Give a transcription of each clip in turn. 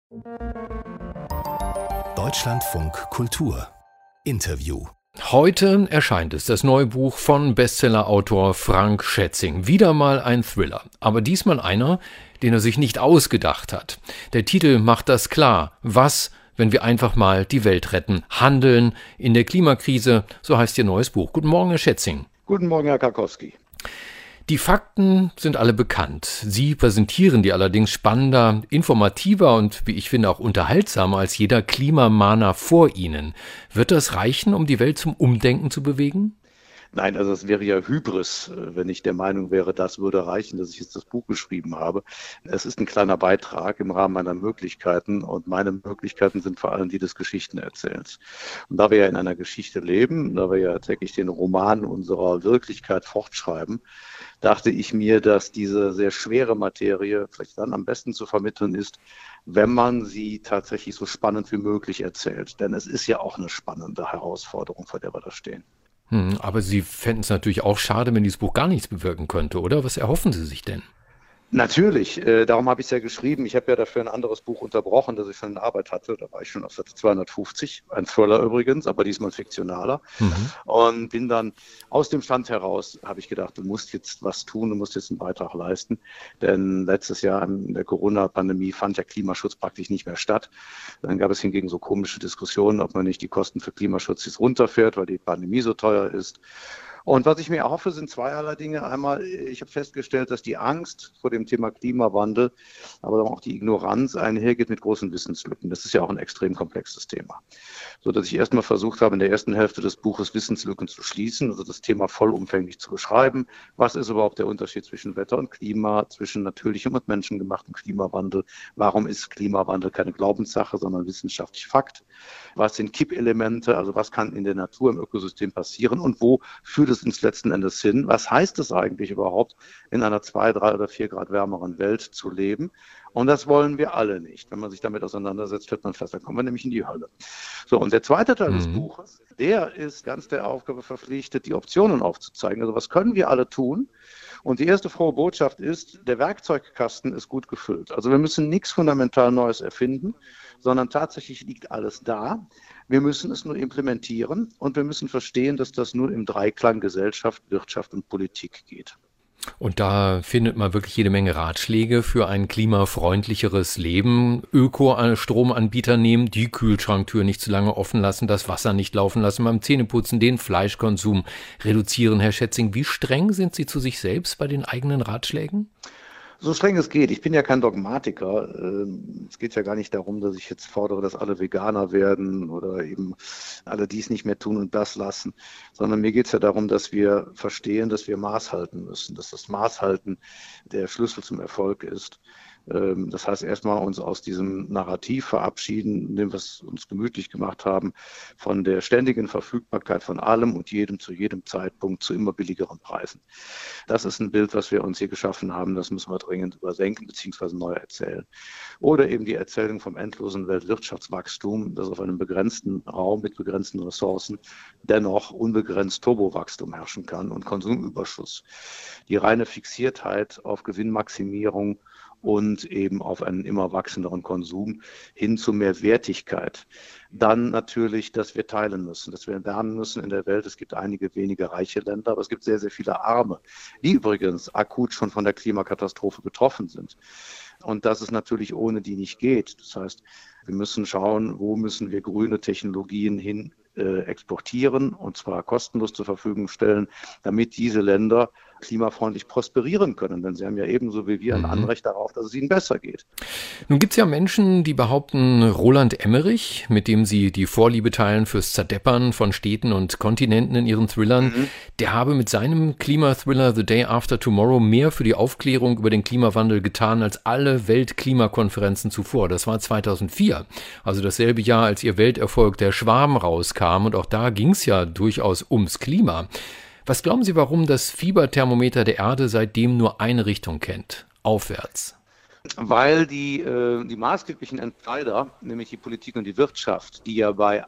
Deutschlandfunk Kultur Interview. Heute erscheint es, das neue Buch von Bestsellerautor Frank Schätzing. Wieder mal ein Thriller, aber diesmal einer, den er sich nicht ausgedacht hat. Der Titel macht das klar. Was, wenn wir einfach mal die Welt retten? Handeln in der Klimakrise, so heißt Ihr neues Buch. Guten Morgen, Herr Schätzing. Guten Morgen, Herr Karkowski. Die Fakten sind alle bekannt. Sie präsentieren die allerdings spannender, informativer und, wie ich finde, auch unterhaltsamer als jeder Klimamahner vor Ihnen. Wird das reichen, um die Welt zum Umdenken zu bewegen? Nein, also es wäre ja Hybris, wenn ich der Meinung wäre, das würde reichen, dass ich jetzt das Buch geschrieben habe. Es ist ein kleiner Beitrag im Rahmen meiner Möglichkeiten und meine Möglichkeiten sind vor allem die des Geschichtenerzählens. Und da wir ja in einer Geschichte leben, da wir ja täglich den Roman unserer Wirklichkeit fortschreiben, dachte ich mir, dass diese sehr schwere Materie vielleicht dann am besten zu vermitteln ist, wenn man sie tatsächlich so spannend wie möglich erzählt. Denn es ist ja auch eine spannende Herausforderung, vor der wir da stehen. Aber Sie fänden es natürlich auch schade, wenn dieses Buch gar nichts bewirken könnte, oder? Was erhoffen Sie sich denn? Natürlich, darum habe ich es ja geschrieben. Ich habe ja dafür ein anderes Buch unterbrochen, das ich schon in Arbeit hatte. Da war ich schon auf Seite 250, ein Thriller übrigens, aber diesmal fiktionaler. Und bin dann aus dem Stand heraus, habe ich gedacht, du musst jetzt was tun, du musst jetzt einen Beitrag leisten. Denn letztes Jahr in der Corona-Pandemie fand ja Klimaschutz praktisch nicht mehr statt. Dann gab es hingegen so komische Diskussionen, ob man nicht die Kosten für Klimaschutz jetzt runterfährt, weil die Pandemie so teuer ist. Und was ich mir erhoffe, sind zweierlei Dinge. Einmal, ich habe festgestellt, dass die Angst vor dem Thema Klimawandel, aber auch die Ignoranz einhergeht mit großen Wissenslücken. Das ist ja auch ein extrem komplexes Thema. So dass ich erstmal versucht habe, in der ersten Hälfte des Buches Wissenslücken zu schließen, also das Thema vollumfänglich zu beschreiben. Was ist überhaupt der Unterschied zwischen Wetter und Klima, zwischen natürlichem und menschengemachten Klimawandel? Warum ist Klimawandel keine Glaubenssache, sondern wissenschaftlich Fakt? Was sind Kippelemente? Also was kann in der Natur, im Ökosystem passieren und wo führt es uns letzten Endes hin? Was heißt es eigentlich überhaupt, in einer 2, 3 oder 4 Grad wärmeren Welt zu leben? Und das wollen wir alle nicht. Wenn man sich damit auseinandersetzt, stellt man fest, dann kommen wir nämlich in die Hölle. So, und der zweite Teil des Buches, der ist ganz der Aufgabe verpflichtet, die Optionen aufzuzeigen. Also was können wir alle tun? Und die erste frohe Botschaft ist, der Werkzeugkasten ist gut gefüllt. Also wir müssen nichts fundamental Neues erfinden, sondern tatsächlich liegt alles da. Wir müssen es nur implementieren und wir müssen verstehen, dass das nur im Dreiklang Gesellschaft, Wirtschaft und Politik geht. Und da findet man wirklich jede Menge Ratschläge für ein klimafreundlicheres Leben. Öko-Stromanbieter nehmen, die Kühlschranktür nicht zu lange offen lassen, das Wasser nicht laufen lassen, beim Zähneputzen den Fleischkonsum reduzieren. Herr Schätzing, wie streng sind Sie zu sich selbst bei den eigenen Ratschlägen? So streng es geht. Ich bin ja kein Dogmatiker. Es geht ja gar nicht darum, dass ich jetzt fordere, dass alle Veganer werden oder eben alle dies nicht mehr tun und das lassen, sondern mir geht es ja darum, dass wir verstehen, dass wir Maß halten müssen, dass das Maßhalten der Schlüssel zum Erfolg ist. Das heißt, erstmal uns aus diesem Narrativ verabschieden, in dem wir es uns gemütlich gemacht haben, von der ständigen Verfügbarkeit von allem und jedem zu jedem Zeitpunkt zu immer billigeren Preisen. Das ist ein Bild, was wir uns hier geschaffen haben. Das müssen wir dringend überdenken bzw. neu erzählen. Oder eben die Erzählung vom endlosen Weltwirtschaftswachstum, das auf einem begrenzten Raum mit begrenzten Ressourcen dennoch unbegrenzt Turbowachstum herrschen kann und Konsumüberschuss. Die reine Fixiertheit auf Gewinnmaximierung und eben auf einen immer wachsenderen Konsum hin zu mehr Wertigkeit. Dann natürlich, dass wir teilen müssen, dass wir lernen müssen in der Welt. Es gibt einige wenige reiche Länder, aber es gibt sehr, sehr viele Arme, die übrigens akut schon von der Klimakatastrophe betroffen sind. Und dass es natürlich ohne die nicht geht. Das heißt, wir müssen schauen, wo müssen wir grüne Technologien hin exportieren und zwar kostenlos zur Verfügung stellen, damit diese Länder klimafreundlich prosperieren können. Denn sie haben ja ebenso wie wir ein Anrecht darauf, dass es ihnen besser geht. Nun gibt es ja Menschen, die behaupten, Roland Emmerich, mit dem sie die Vorliebe teilen fürs Zerdeppern von Städten und Kontinenten in ihren Thrillern, der habe mit seinem Klimathriller The Day After Tomorrow mehr für die Aufklärung über den Klimawandel getan als alle Weltklimakonferenzen zuvor. Das war 2004, also dasselbe Jahr, als ihr Welterfolg Der Schwarm rauskam. Und auch da ging es ja durchaus ums Klima. Was glauben Sie, warum das Fieberthermometer der Erde seitdem nur eine Richtung kennt? Aufwärts. Weil die maßgeblichen Entscheider, nämlich die Politik und die Wirtschaft, die ja bei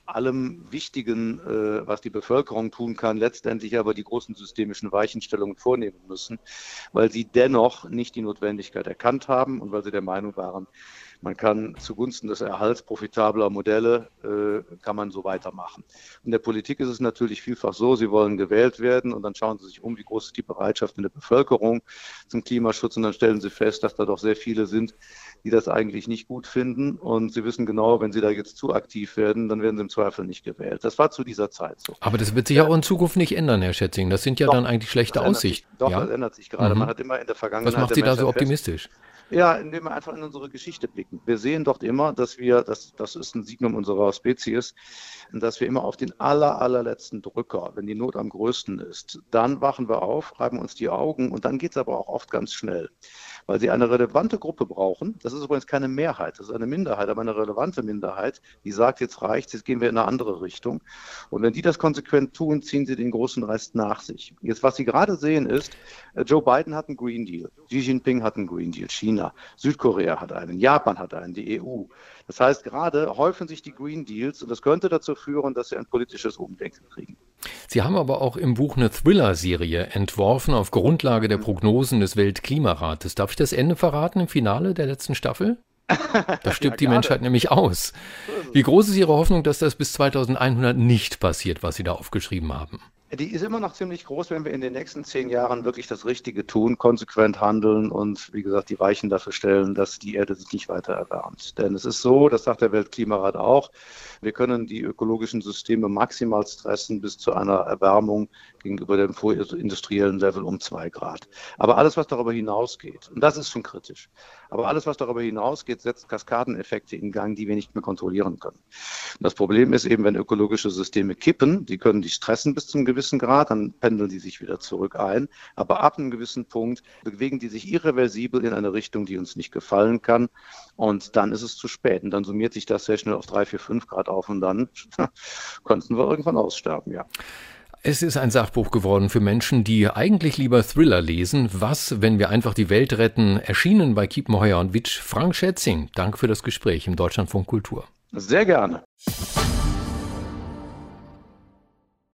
allem Wichtigen, was die Bevölkerung tun kann, letztendlich aber die großen systemischen Weichenstellungen vornehmen müssen, weil sie dennoch nicht die Notwendigkeit erkannt haben und weil sie der Meinung waren, man kann zugunsten des Erhalts profitabler Modelle, kann man so weitermachen. In der Politik ist es natürlich vielfach so, sie wollen gewählt werden und dann schauen sie sich um, wie groß ist die Bereitschaft in der Bevölkerung zum Klimaschutz und dann stellen sie fest, dass da doch sehr viele sind, die das eigentlich nicht gut finden und sie wissen genau, wenn sie da jetzt zu aktiv werden, dann werden sie im Zweifel nicht gewählt. Das war zu dieser Zeit so. Aber das wird sich auch in Zukunft nicht ändern, Herr Schätzing. Das sind ja dann eigentlich schlechte Aussichten. Doch, das ändert sich gerade. Man hat immer in der Vergangenheit... Was macht Sie da so optimistisch? Ja, indem wir einfach in unsere Geschichte blicken. Wir sehen dort immer, dass wir, das ist ein Signum unserer Spezies, dass wir immer auf den allerletzten Drücker, wenn die Not am größten ist, dann wachen wir auf, reiben uns die Augen und dann geht es aber auch oft ganz schnell. Weil sie eine relevante Gruppe brauchen. Das ist übrigens keine Mehrheit, das ist eine Minderheit, aber eine relevante Minderheit, die sagt, jetzt reicht's, jetzt gehen wir in eine andere Richtung. Und wenn die das konsequent tun, ziehen sie den großen Rest nach sich. Jetzt, was Sie gerade sehen, ist, Joe Biden hat einen Green Deal, Xi Jinping hat einen Green Deal, China, Südkorea hat einen, Japan hat einen, die EU. Das heißt, gerade häufen sich die Green Deals und das könnte dazu führen, dass sie ein politisches Umdenken kriegen. Sie haben aber auch im Buch eine Thriller-Serie entworfen auf Grundlage der Prognosen des Weltklimarates. Darf ich das Ende verraten im Finale der letzten Staffel? Da stirbt die Menschheit nämlich aus. Wie groß ist Ihre Hoffnung, dass das bis 2100 nicht passiert, was Sie da aufgeschrieben haben? Die ist immer noch ziemlich groß, wenn wir in den nächsten 10 Jahren wirklich das Richtige tun, konsequent handeln und, wie gesagt, die Weichen dafür stellen, dass die Erde sich nicht weiter erwärmt. Denn es ist so, das sagt der Weltklimarat auch, wir können die ökologischen Systeme maximal stressen bis zu einer Erwärmung gegenüber dem vorindustriellen Level um 2 Grad. Aber alles, was darüber hinausgeht, und das ist schon kritisch, aber alles, was darüber hinausgeht, setzt Kaskadeneffekte in Gang, die wir nicht mehr kontrollieren können. Und das Problem ist eben, wenn ökologische Systeme kippen, die können die stressen bis zum gewissen Grad, dann pendeln die sich wieder zurück ein. Aber ab einem gewissen Punkt bewegen die sich irreversibel in eine Richtung, die uns nicht gefallen kann. Und dann ist es zu spät. Und dann summiert sich das sehr schnell auf 3, 4, 5 Grad auf und dann könnten wir irgendwann aussterben, ja. Es ist ein Sachbuch geworden für Menschen, die eigentlich lieber Thriller lesen. Was, wenn wir einfach die Welt retten? Erschienen bei Kiepenheuer und Witsch. Frank Schätzing, danke für das Gespräch im Deutschlandfunk Kultur. Sehr gerne.